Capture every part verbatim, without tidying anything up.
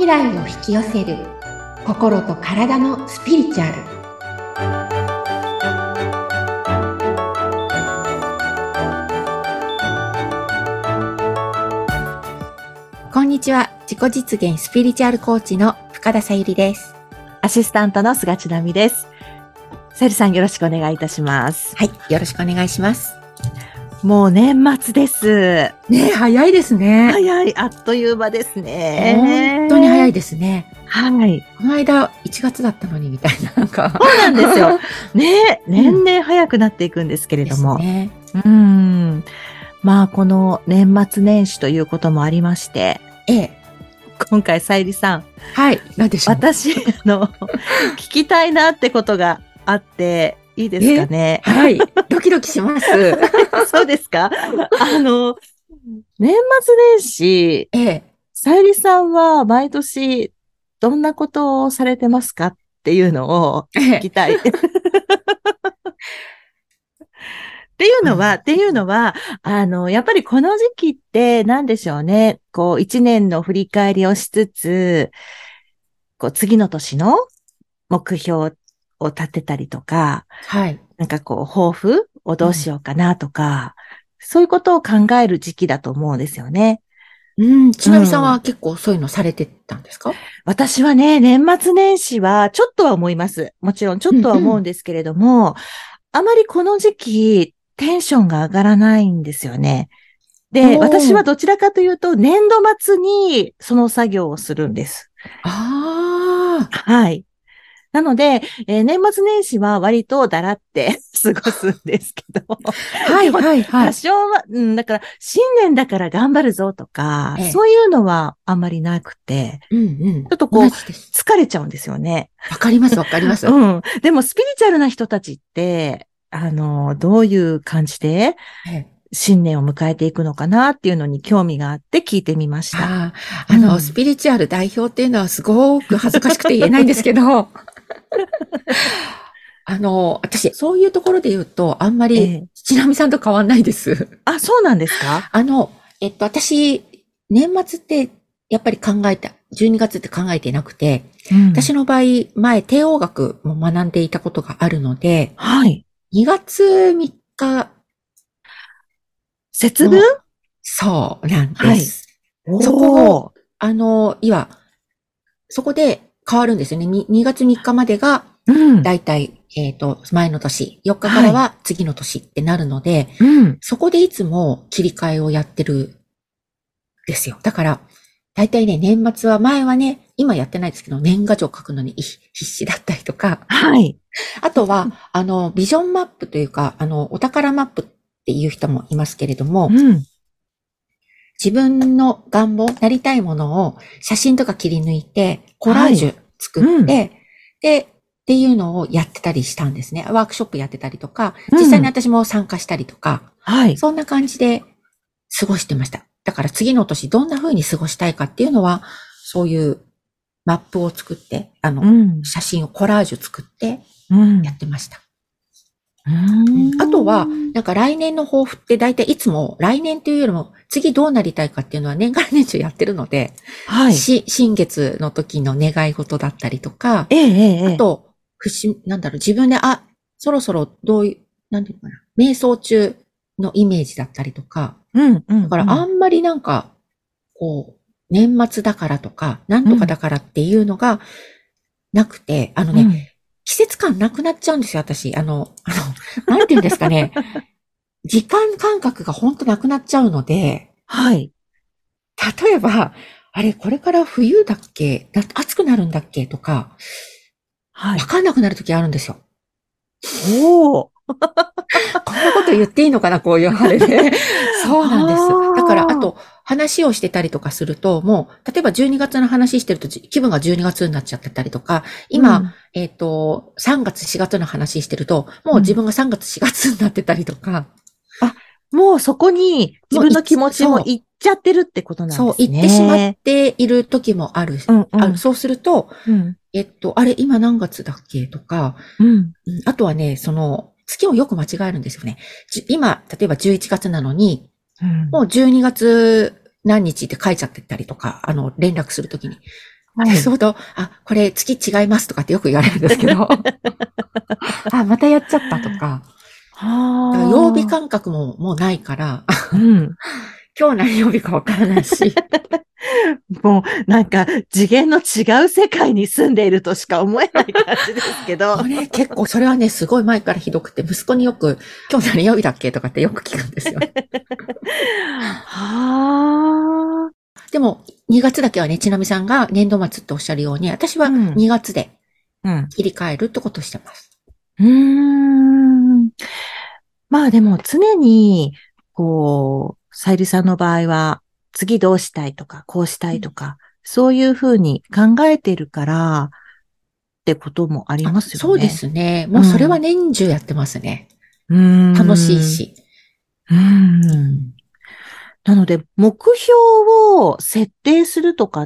未来を引き寄せる心と体のスピリチュアル。こんにちは。自己実現スピリチュアルコーチの深田さゆりです。 アシスタントの菅千奈美です。さゆりさん、よろしくお願いいたします。 はい、よろしくお願いします。 もう年末です。 ねえ、早いですね。 早い、あっという間ですね。 本当に早いですね。 はい。 この間いちがつだったのにみたいな、なんか。 そうなんですよ。ね、年々早くなっていくんですけれども。 ですね。 うん。まあ、この年末年始ということもありまして。 ええ。 今回、さゆりさん。 はい。何でしょう。 私、あの、聞きたいなってことがあって、いいですかね。 はい。ドキドキします。 そうですか。あの、年末年始、 ええ。 さゆりさんは毎年どんなことをされてますかっていうのを聞きたい。ええっていうのは、っていうのは、あの、やっぱりこの時期って何でしょうね。こう、一年の振り返りをしつつ、こう、次の年の目標を立てたりとか、 はい。 なんかこう、抱負をどうしようかなとか、うん、そういうことを考える時期だと思うんですよね。 うん、ちなみさんは結構そういうのされてたんですか？うん、 私はね、年末年始はちょっとは思います。もちろんちょっとは思うんですけれども、うんうん、あまりこの時期、テンションが上がらないんですよね。で、私はどちらかというと、年度末にその作業をするんです。 ああ。 はい。なので、えー、年末年始は割とだらって過ごすんですけど。 はいはいはい。 多少は、うん、だから、新年だから頑張るぞとか、 ええ、 そういうのはあんまりなくて、 うんうん、 ちょっとこう、疲れちゃうんですよね。 わかりますわかります。 うん。でも、スピリチュアルな人たちって、あの、どういう感じで、新年を迎えていくのかなっていうのに興味があって聞いてみました。 ああ、あの、うん、スピリチュアル代表っていうのはすごく恥ずかしくて言えないんですけど、あの、私、そういうところで言うと、あんまり、ちなみさんと変わんないです。 あ、そうなんですか？ あの、えっと、私、年末って、やっぱり考えた、じゅうにがつって考えてなくて、うん、私の場合、前、帝王学も学んでいたことがあるので、 はい。 にがつみっか、 節分？ そうなんです。 はい、 そこを、あの、いわ、そこで変わるんですよね。に, にがつみっかまでが、だいたい、えっと、前の年、よっかからは次の年ってなるので、はい、うん、そこでいつも切り替えをやってるんですよ。だから、だいたいね、年末は前はね、今やってないですけど、年賀状書くのに必死だったりとか、 はい。 あとは、あの、ビジョンマップというか、あの、お宝マップっていう人もいますけれども、うん、自分の願望、なりたいものを写真とか切り抜いて、コラージュ作って、はい、うん、で、っていうのをやってたりしたんですね。ワークショップやってたりとか、実際に私も参加したりとか、うん、はい、そんな感じで過ごしてました。だから次の年どんな風に過ごしたいかっていうのは、そういうマップを作って、あの、うん、写真をコラージュ作ってやってました。うんうん、あとは、なんか来年の抱負って大体いつも来年というよりも次どうなりたいかっていうのは年がら年中やってるので、はい。し、新月の時の願い事だったりとか、ええええ、あと、不思なんだろう、自分で、あ、そろそろどういう、なんていうのかな、瞑想中のイメージだったりとか、うんうんうん、だからあんまりなんか、こう、年末だからとか、なんとかだからっていうのがなくて、うん、あのね、うん季節感なくなっちゃうんですよ、私。あの、あの、なんて言うんですかね。時間感覚がほんとなくなっちゃうので。 はい。 例えば、あれ、これから冬だっけ？だ暑くなるんだっけとか、はい。わかんなくなるときあるんですよ。 おー。 こんなこと言っていいのかな、こういうあれで。そうなんです。だから、あと、話をしてたりとかすると、もう、例えばじゅうにがつの話してると気分がじゅうにがつになっちゃってたりとか、今、うん、えっと、さんがつしがつの話してると、もう自分がさんがつしがつになってたりとか。 うん、あ、もうそこに自分の気持ちもいっちゃってるってことなんですね。 そう、行ってしまっている時もある。うんうん、あるそうすると、うん、えっと、あれ、今何月だっけとか、うん、あとはね、その、月をよく間違えるんですよね。今、例えばじゅういちがつなのに、うん、もうじゅうにがつ何日って書いちゃってたりとか、あの、連絡するときに。 で、 はい。 そうと、あ、これ月違いますとかってよく言われるんですけど、あ、またやっちゃったとか、だから曜日はあ。 感覚ももうないから、 うん。 今日何曜日かわからないし、 もう、なんか、次元の違う世界に住んでいるとしか思えない感じですけど。 もうね、結構それはね、すごい前からひどくて、息子によく、今日何曜日だっけとかってよく聞くんですよね。 はあ。 でも、にがつだけはね、ちなみさんが年度末っておっしゃるように、私はうん。 にがつでうん。 切り替えるってことをしてます。 うーん。まあでも常に、こう、さゆりさんの場合は、次どうしたいとか、こうしたうん、 いとか、そういうふうに考えてるから、ってこともありあ、 ますよそうでね。 すね。もうそれはうん。 年中やってますね。 うー楽しいん。うし。 ーん。なので、目標を設定するとかって、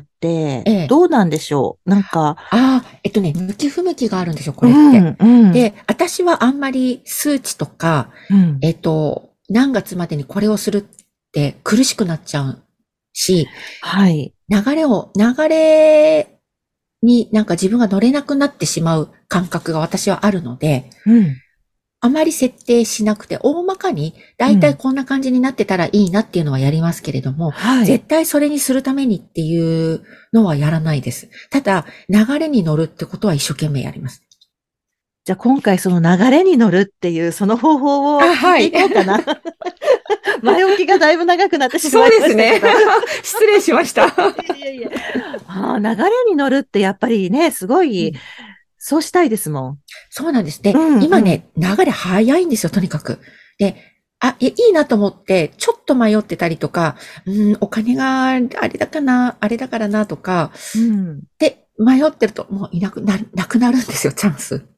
ええ。 どうなんでしょうなんか、 ああ、えっとね、向き不向きがあるんですよ、こうれって。 ん、うん、 で、私はあんまり数値とか、 うん。 えっと、何月までにこれをするって苦しくなっちゃうし、 はい。 流れを、流れになんか自分が乗れなくなってしまう感覚が私はあるので、 うん、 あまり設定しなくて、大まかに、だいたいうん。 こんな感じになってたらいいなっていうのはやりますけれども、 はい。 絶対それにするためにっていうのはやらないです。ただ、流れに乗るってことは一生懸命やります。 じゃあ今回その流れに乗るっていうその方法をあ、はい。 聞いていこうかな。前置きがだいぶ長くなってしまいそうですね。 ましたけど。 失礼しました。 いやいやいや。ああ、流れに乗るってやっぱりね、すごい、 うん、 そうしたいですもん。 そうなんです。で、 うんうん。 今ね、流れ早いんですよ、とにかく。で、あ、いいいなと思って、ちょっと迷ってたりとか、うん、お金があれだかな、あれだからなとか、 うん。 で、迷ってるともういなくなる、なくなるんですよ、チャンス。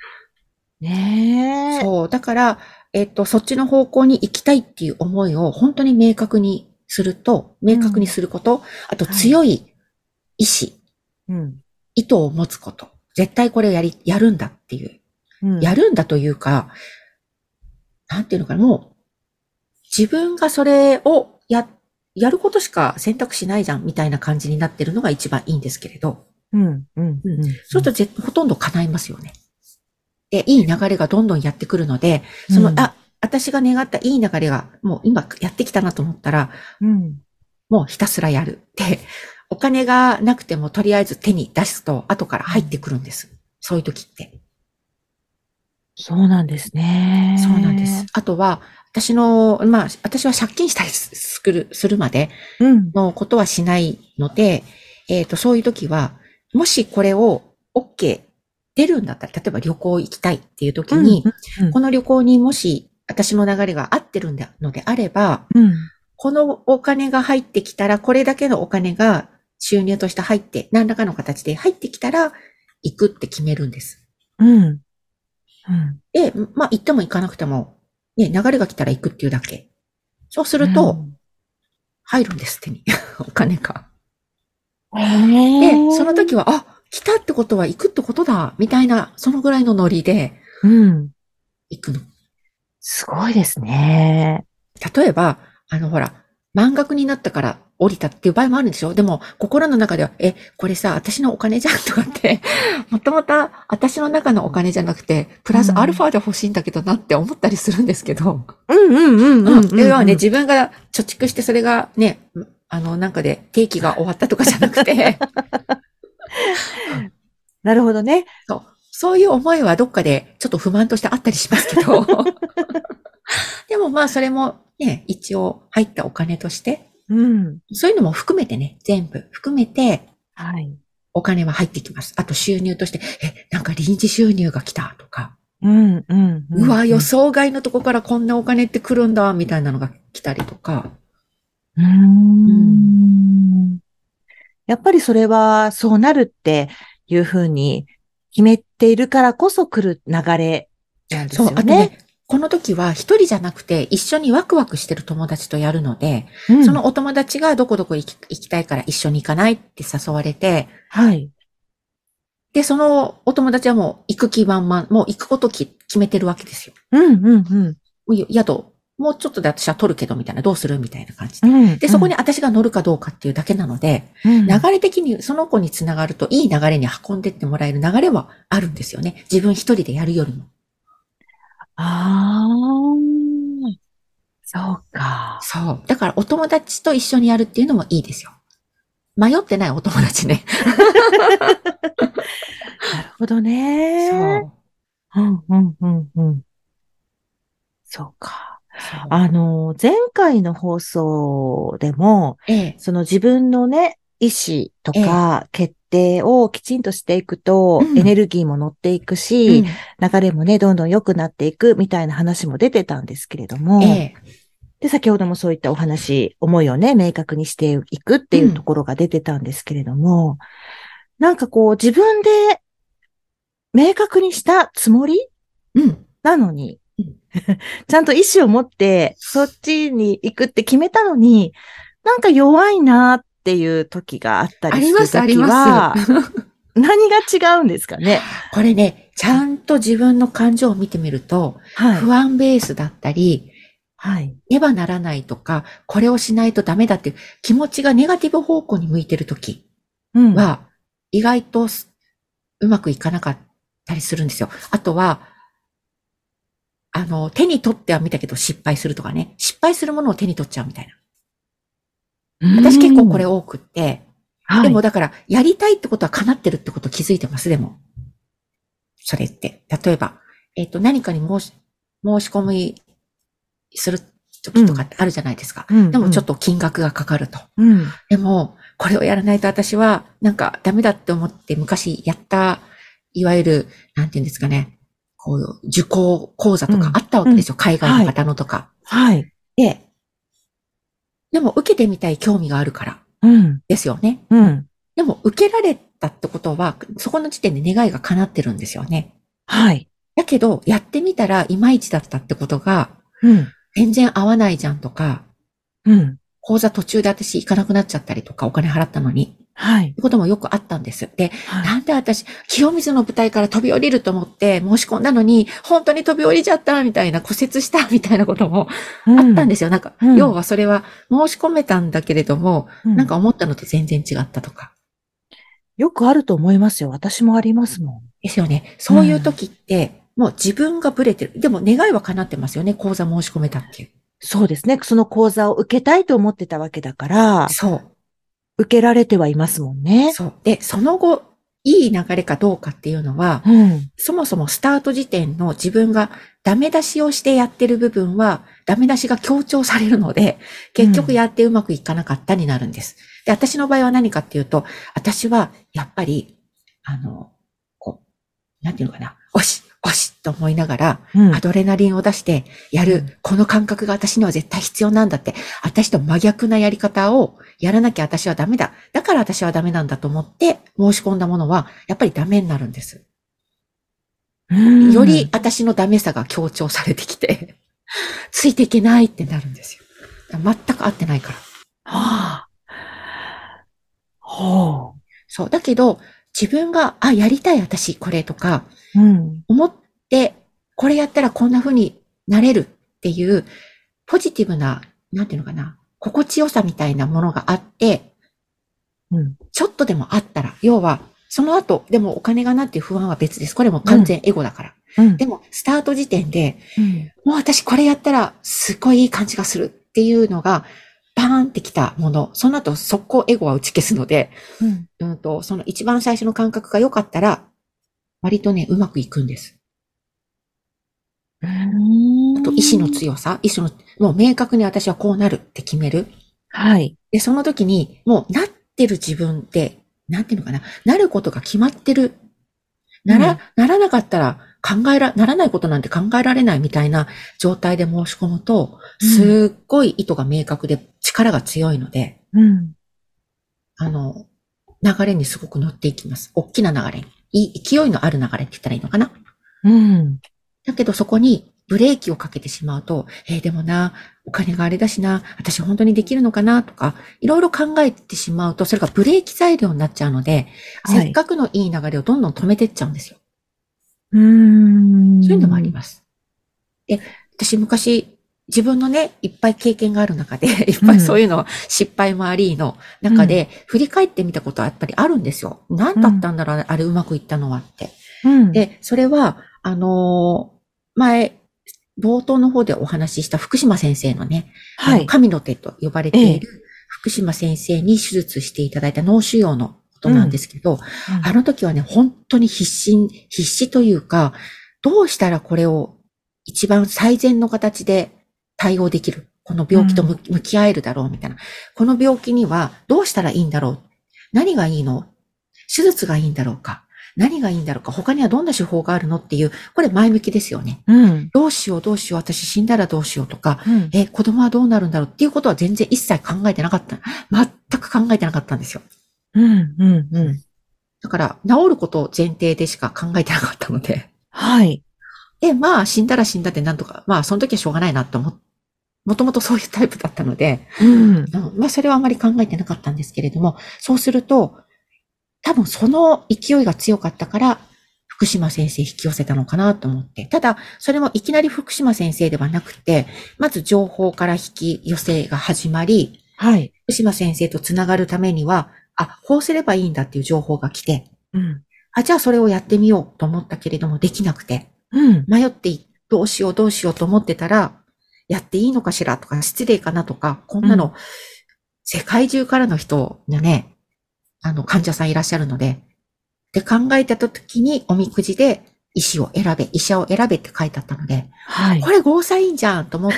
ねえ。 そう。だから、えっと、そっちの方向に行きたいっていう思いを本当に明確にすると、明確にうん。 すること、あとはい。 強い意志、 うん。 意図を持つこと。絶対これをやり、やるんだっていう。 うん。 やるんだというか、なんていうのかな、もう、自分がそれをや、やることしか選択肢ないじゃん、みたいな感じになってるのが一番いいんですけれど。 うん。うん。 うん。 うん。 そうするとぜ、ほとんど叶いますよね。で、いい流れがどんどんやってくるので、その、 うん。 あ、私が願ったいい流れがもう今やってきたなと思ったら、 うん。 もうひたすらやる。で、お金がなくてもとりあえず手に出すと後から入ってうん。 くるんです。そういう時って。 そうなんですそうなんです。 ね。 あとは、私の、まあ、私は借金したりする、するまでうん。 のことはしないので、えっと、そういう時は、もしこれを OK 出るんだったら、例えば旅行行きたいっていう時うん。 に、 うん。 この旅行にもし私の流れが合ってるのであれば、 うん。 このお金が入ってきたら、これだけのお金が収入として入って、何らかの形で入ってきたら、行くって決めるんです。 うん。うん。 で、まあ、行っても行かなくても、ね、流れが来たら行くっていうだけ。そうすると、 うん。 入るんです、手に。お金が。 へで、そのえ。 時は、あ、来たってことは行くってことだ、みたいな、そのぐらいのノリでうん。 行くの。 すごいですね。 例えば、あの、ほら、満額になったから降りたっていう場合もあるんでしょ？でも、心の中では、え、これさ、私のお金じゃんとかって、もともと私の中のお金じゃなくて、プラスアルフうん。 ァで欲しいんだけどなって思ったりするんですけど、 うんうんうんうん。 うんう要はね、 んうん。 自分が貯蓄してそれがね、あの、なんかで定期が終わったとかじゃなくて、 なるほどね。 そう。そういう思いはどっかでちょっと不満としてあったりしますけど、でもまあそれもね、一応入ったお金として、 うん。 そういうのも含めてね、全部含めてはい。 お金は入ってきます。あと収入として、え、なんか臨時収入が来たとか、 うんうんううわ、予んうん。 想外のとこからこんなお金って来るんだ、みたいなのが来たりとか、 うーうん。 ん。やっぱりそれはそうなるっていうふうに決めているからこそ来る流れなんでそう、 すよね。 あとね、この時は一人じゃなくて一緒にワクワクしてる友達とやるので、 うん。 そのお友達がどこどこ行き行きたいから一緒に行かないって誘われて、 はい。 で、そのお友達はもう行く気満々、もう行くことき決めてるわけですよ。 うんうんうん。 もう宿もうちょっとで私は取るけど、みたいな、どうするみたいな感じで。うん、で、そこに私が乗るかどうかっていうだけなので、うん、流れ的にその子につながると、いい流れに運んでってもらえる流れはあるんですよね。自分一人でやるよりも。 ああ、そうか。 そう。だからお友達と一緒にやるっていうのもいいですよ。迷ってないお友達ね。 なるほどね。 そう。 うん、うん、うん、うん。そうか。あの、前回の放送でも、ええ、その自分のね、意思とか決定をきちんとしていくと、ええ、エネルギーも乗っていくし、うん、流れもね、どんどん良くなっていくみたいな話も出てたんですけれども、ええ、で、先ほどもそういったお話、思いをね、明確にしていくっていうところが出てたんですけれども、うん、なんかこう、自分で明確にしたつもり、うん、なのに、ちゃんと意思を持って、そっちに行くって決めたのに、なんか弱いなっていう時があったりする時は、あります、あります。何が違うんですかね。 これね、ちゃんと自分の感情を見てみると、はい、不安ベースだったり、はい。ねばならないとか、これをしないとダメだっていう気持ちがネガティブ方向に向いてる時は、意外とうまくいかなかったりするんですよ。あとは、あの、手に取っては見たけど失敗するとかね。失敗するものを手に取っちゃうみたいな。私結構これ多くって。はい、でもだから、やりたいってことは叶ってるってこと気づいてます、でも。それって。例えば、えっと、何かに申し、申し込みする時とかってあるじゃないですか。うん、でもちょっと金額がかかると。うん、でも、これをやらないと私は、なんかダメだって思って昔やった、いわゆる、なんていうんですかね。こういう受講講座とかあったわけですよ。うん、海外の方のとか。はい。で、でも受けてみたい興味があるから。うん。ですよね。うん。でも受けられたってことは、そこの時点で願いが叶ってるんですよね。はい。だけど、やってみたらいまいちだったってことが、うん。全然合わないじゃんとか、うん。講座途中で私行かなくなっちゃったりとか、お金払ったのに。はい。ってこともよくあったんです。で、はい、なんで私、清水の舞台から飛び降りると思って申し込んだのに、本当に飛び降りちゃったみたいな、骨折したみたいなこともあったんですよ。うん、なんか、うん、要はそれは申し込めたんだけれども、うん、なんか思ったのと全然違ったとか。 よくあると思いますよ。私もありますもん。 ですよね。そういう時って、うん、もう自分がブレてる。でも願いは叶ってますよね。講座申し込めたっていう。 そうですね。その講座を受けたいと思ってたわけだから。 そう。 受けられてはいますもんね。 そう。で、その後、いい流れかどうかっていうのは、うん、そもそもスタート時点の自分がダメ出しをしてやってる部分は、ダメ出しが強調されるので、結局やってうまくいかなかったになるんです。で、私の場合は何かっていうと、私はやっぱり、あの、こう、なんていうのかな、おし、おしと思いながら、うん、アドレナリンを出してやる、うん、この感覚が私には絶対必要なんだって、私と真逆なやり方をやらなきゃ私はダメだ。だから私はダメなんだと思って申し込んだものは、やっぱりダメになるんです。より私のダメさが強調されてきて、ついていけないってなるんですよ。全く合ってないから。はあ、はあ、そう。だけど、自分が、あ、やりたい私、これとか、うん、思って、これやったらこんな風になれるっていう、ポジティブな、なんていうのかな、心地よさみたいなものがあって、うん、ちょっとでもあったら、要は、その後、でもお金がなっていう不安は別です。これも完全エゴだから。うん、でも、スタート時点で、うん、もう私これやったら、すっごいいい感じがするっていうのが、バーンってきたもの。その後、速攻エゴは打ち消すので、うん、うんと、その一番最初の感覚が良かったら、割とね、うまくいくんです。あと、意志の強さ、意志の、もう明確に私はこうなるって決める。はい。で、その時に、もうなってる自分って、なんていうのかな、なることが決まってる。なら、うん、ならなかったら考えら、ならないことなんて考えられないみたいな状態で申し込むと、すっごい意図が明確で力が強いので、うん、あの、流れにすごく乗っていきます。大きな流れに。勢いのある流れって言ったらいいのかな。うん。だけどそこにブレーキをかけてしまうと、えー、でもな、お金があれだしな、私本当にできるのかなとか、いろいろ考えてしまうと、それがブレーキ材料になっちゃうので、はい、せっかくのいい流れをどんどん止めてっちゃうんですよ。うーん。そういうのもあります。で、私昔、 自分のね、いっぱい経験がある中で、いっぱいそういうの、失敗もありの中で、振り返ってみたことはやっぱりあるんですよ。何だったんだろう、あれうまくいったのはって。うん、で、それは、あのー、前、冒頭の方でお話しした福島先生のね、はい、あの神の手と呼ばれている福島先生に手術していただいた脳腫瘍のことなんですけど、うんうん、あの時はね、本当に必死、必死というか、どうしたらこれを一番最善の形で対応できる。この病気と向き合えるだろうみたいな。この病気にはどうしたらいいんだろう。何がいいの？手術がいいんだろうか。何がいいんだろうか。他にはどんな手法があるのっていう、これ前向きですよね。うん、どうしようどうしよう。私死んだらどうしようとか、うん、え、子供はどうなるんだろうっていうことは全然一切考えてなかった。全く考えてなかったんですよ。うん、うん、うん。だから、治ることを前提でしか考えてなかったので。はい。で、まあ、死んだら死んだってなんとか、まあ、その時はしょうがないなと思って、もともとそういうタイプだったので、うん、まあ、それはあまり考えてなかったんですけれども、そうすると、多分その勢いが強かったから、福島先生引き寄せたのかなと思って。ただ、それもいきなり福島先生ではなくて、まず情報から引き寄せが始まり、はい。福島先生とつながるためには、あ、こうすればいいんだっていう情報が来て、うん。あ、じゃあそれをやってみようと思ったけれどもできなくて、うん。迷ってどうしようどうしようと思ってたら、やっていいのかしらとか、失礼かなとか、こんなの、うん、世界中からの人がね、あの、患者さんいらっしゃるので、で、考えた時におみくじで医師を選べ、医者を選べって書いてあったので、はい、これゴーサインじゃんと思って、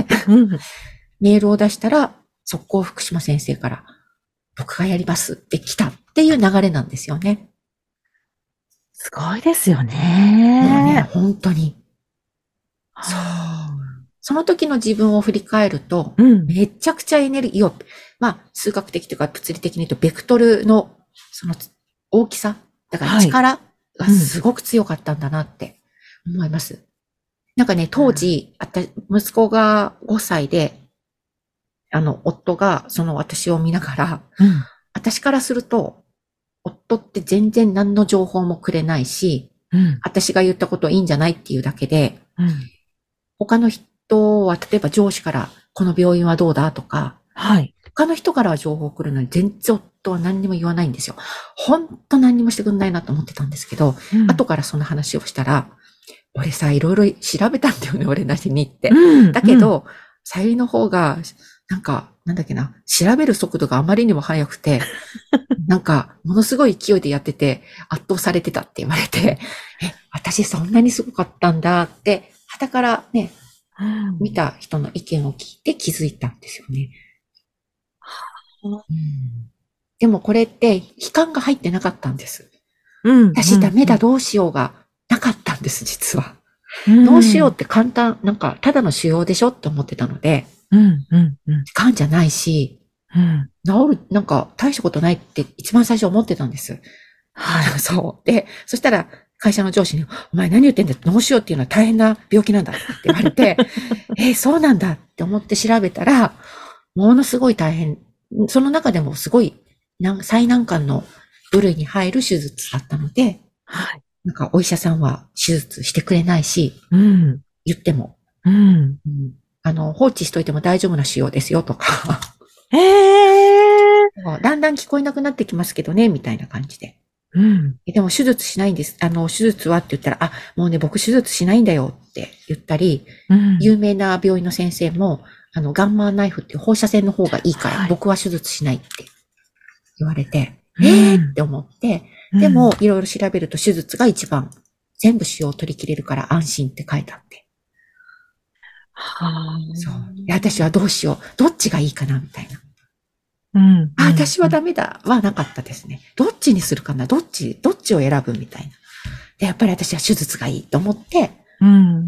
うん、メールを出したら、速攻福島先生から、僕がやりますって来たっていう流れなんですよね。 すごいですよね。 もうね、本当に。そう。その時の自分を振り返ると、うん、めちゃくちゃエネルギーを、まあ、数学的というか物理的に言うと、ベクトルの、その大きさ、だから力がすごく強かったんだなって思います。はい、うん、なんかね、当時、あった、息子がごさいで、あの、夫がその私を見ながら、うん、私からすると、夫って全然何の情報もくれないし、うん、私が言ったこといいんじゃないっていうだけで、うん、他の人は、例えば上司から、この病院はどうだとか、はい。他の人からは情報来るのに、全然夫は何にも言わないんですよ。ほんと何にもしてくんないなと思ってたんですけど、うん、後からその話をしたら、俺さ、いろいろ調べたんだよね、俺なりにって。うん、だけど、さゆりの方が、なんか、なんだっけな、調べる速度があまりにも速くて、なんか、ものすごい勢いでやってて、圧倒されてたって言われて、え、私そんなにすごかったんだって、傍からね、見た人の意見を聞いて気づいたんですよね。うん、でもこれって悲観が入ってなかったんです。うん、私ダメだどうしようがなかったんです、実は。うん、どうしようって簡単、なんかただの腫瘍でしょって思ってたので、うんうんうん、癌じゃないし、うん、治る、なんか大したことないって一番最初思ってたんです。はい。そう。で、そしたら会社の上司に、お前何言ってんだ脳腫瘍っていうのは大変な病気なんだって言われて、えー、そうなんだって思って調べたら、ものすごい大変。その中でもすごい最難関の部類に入る手術だったので、はい。なんかお医者さんは手術してくれないし、うん、言っても、うんうん、あの、放置しといても大丈夫な腫瘍ですよとか。えー、だんだん聞こえなくなってきますけどね、みたいな感じで。うん、でも手術しないんです。あの、手術はって言ったら、あ、もうね、僕手術しないんだよって言ったり、うん、有名な病院の先生も、あの、ガンマナイフっていう放射線の方がいいから、はい、僕は手術しないって言われて、うん、えーって思って、でも、いろいろ調べると手術が一番、全部腫瘍を取り切れるから安心って書いてあって。はぁ。そう。で、私はどうしよう。どっちがいいかなみたいな。うん。あ、私はダメだ。はなかったですね。どっちにするかなどっち、どっちを選ぶみたいな。で、やっぱり私は手術がいいと思って、うん。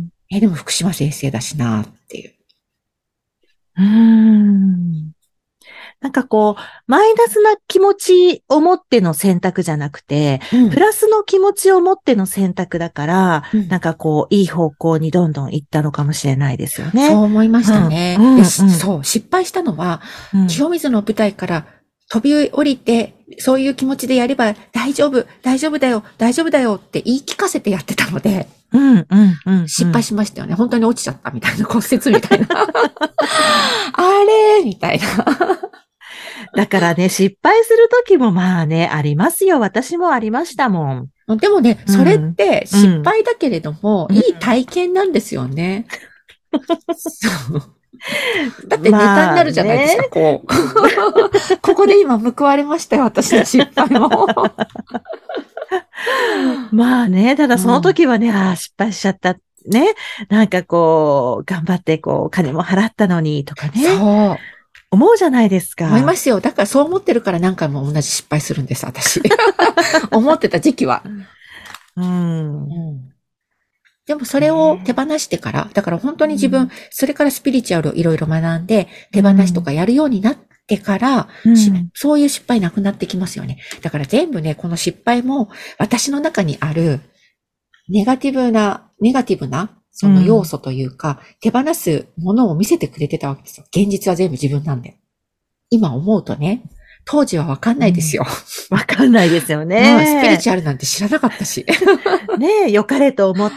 え、でも福島先生だしなっていう。 うーん。なんかこう、マイナスな気持ちを持っての選択じゃなくて、うん、プラスの気持ちを持っての選択だから、うん、なんかこう、いい方向にどんどん行ったのかもしれないですよね。 そう思いましたね。うんうんうん、そう、失敗したのは、うん、清水の舞台から飛び降りて、そういう気持ちでやれば大丈夫、大丈夫だよ、大丈夫だよって言い聞かせてやってたので、 うん、うん、うん。 失敗しましたよね。本当に落ちちゃったみたいな、骨折みたいな。あれみたいな。 だからね、失敗するときもまあね、ありますよ。私もありましたもん。 でもね、それって失敗だけれども、 うん、 いい体験なんですよね。そうだってネタになるじゃないですか、まあね、こう。ここで今報われましたよ、私の失敗も。 まあね、ただその時はね、うん、ああ、失敗しちゃった。ね。なんかこう、頑張ってこう、金も払ったのにとかね。そう。思うじゃないですか。 思いますよ。だからそう思ってるから何回も同じ失敗するんです、私。思ってた時期は。うん。うんでもそれを手放してから、だから本当に自分、うん、それからスピリチュアルをいろいろ学んで、手放しとかやるようになってから、うん、そういう失敗なくなってきますよね。だから全部ね、この失敗も私の中にあるネガティブな、ネガティブなその要素というか、うん、手放すものを見せてくれてたわけですよ。現実は全部自分なんで。今思うとね、当時はわかんないですよ。 わ、うん、かんないですよね。 スピリチュアルなんて知らなかったし。 ねえ、良かれと思って、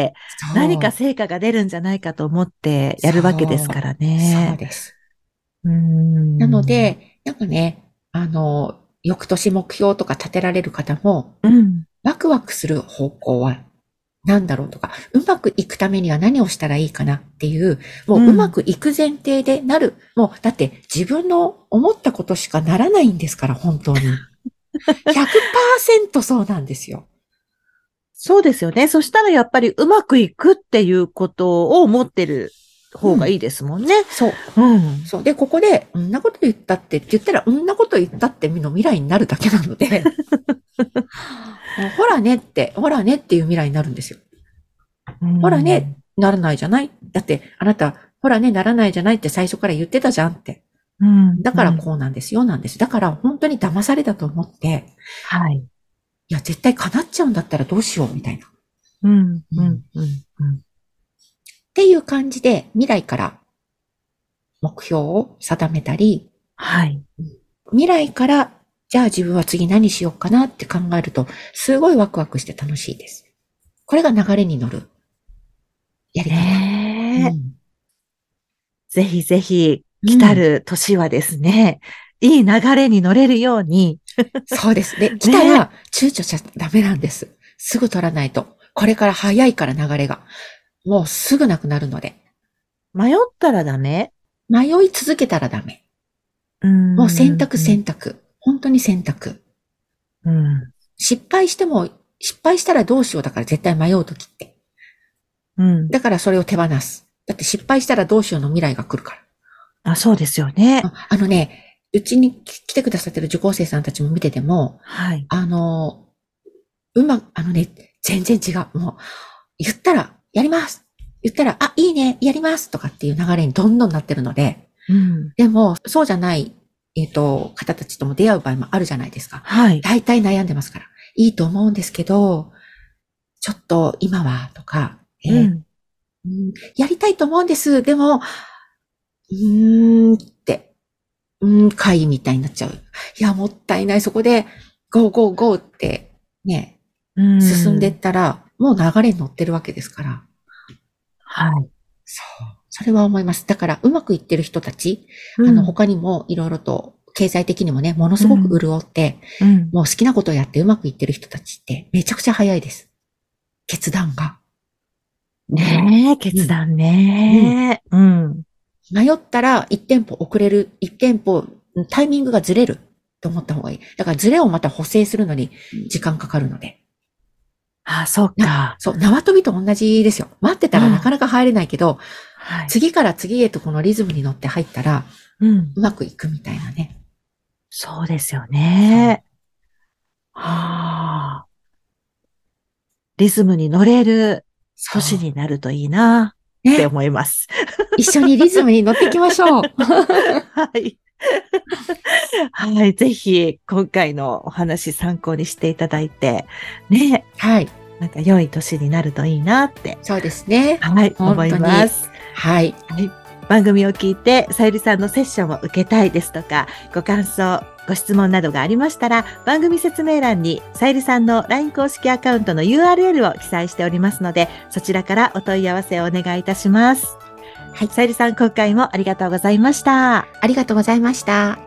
何か成果が出るんじゃないかと思ってやるわけですからね。 そう、そうです。うーんなので、なんかね、あの、翌年目標とか立てられる方も、うん、ワクワクする方向は何だろうとか、うまくいくためには何をしたらいいかなっていう、もううまくいく前提でなる。うん、もう、だって自分の思ったことしかならないんですから、本当に。ひゃくパーセント そうなんですよ。 そうですよね。そしたらやっぱりうまくいくっていうことを思ってる方がいいですもんね。うん、 そう。うん。そう。で、ここで、んなこと言ったってって言ったら、んなこと言ったっての未来になるだけなので。ほらねって、ほらねっていう未来になるんですよ。ほらね、ならないじゃないだって、あなた、ほらね、ならないじゃないって最初から言ってたじゃんって。うん、だからこうなんですよ、なんです。だから本当に騙されたと思って、はい。いや、絶対叶っちゃうんだったらどうしよう、みたいな。うん、うん、うん、うん。っていう感じで、未来から目標を定めたり、はい。未来から、じゃあ自分は次何しようかなって考えると、すごいワクワクして楽しいです。これが流れに乗る。やり方。 ねえ、うん、ぜひぜひ、来たる年はですね、うん、いい流れに乗れるように。 そうです。で、来たら躊躇しちゃダメなんです。すぐ取らないと。これから早いから流れが。もうすぐなくなるので。 迷ったらダメ？ 迷い続けたらダメ。うもう選択選択。本当に選択。うん、失敗しても、失敗したらどうしようだから絶対迷うときって。うん、だからそれを手放す。だって失敗したらどうしようの未来が来るから。 あ、そうですよね。 あ, あのね、うちに来てくださってる受講生さんたちも見てても、はい。あの、うま、あのね、全然違う。もう、言ったら、やります言ったら、あ、いいね、やりますとかっていう流れにどんどんなってるので、うん、でも、そうじゃない、えっと、方たちとも出会う場合もあるじゃないですか。はい。大体悩んでますから。いいと思うんですけど、ちょっと今は、とか、えーうんうん、やりたいと思うんです。でも、うーんって、うん、会みたいになっちゃう。いや、もったいない。そこで、ゴーゴーゴーって、ね、進んでったら、もう流れに乗ってるわけですから。はい。そう。それは思います。だから、うまくいってる人たち、うん、あの、他にもいろいろと、経済的にもね、ものすごく潤って、うん、もう好きなことをやってうまくいってる人たちって、めちゃくちゃ早いです。決断が。 ねえ、決断ね、うん。うん。 迷ったら、一店舗遅れる、一店舗、タイミングがずれると思った方がいい。だからずれをまた補正するのに時間かかるので。 ああ、そうか。 そう、縄跳びと同じですよ。待ってたらなかなか入れないけど、うんはい、次から次へとこのリズムに乗って入ったら、うん、うまくいくみたいなね。 そうですよね。はあ。リズムに乗れる年になるといいなって思います。 ね、一緒にリズムに乗っていきましょう。 はい。はい。ぜひ、今回のお話参考にしていただいて、ね。はい。なんか良い年になるといいなって。 そうですね。 はい。思います。 はい。はい。 番組を聞いて、さゆりさんのセッションを受けたいですとか、ご感想、ご質問などがありましたら、番組説明欄にさゆりさんの ライン 公式アカウントの ユーアールエル を記載しておりますので、そちらからお問い合わせをお願いいたします。はい。さゆりさん、今回もありがとうございました。 ありがとうございました。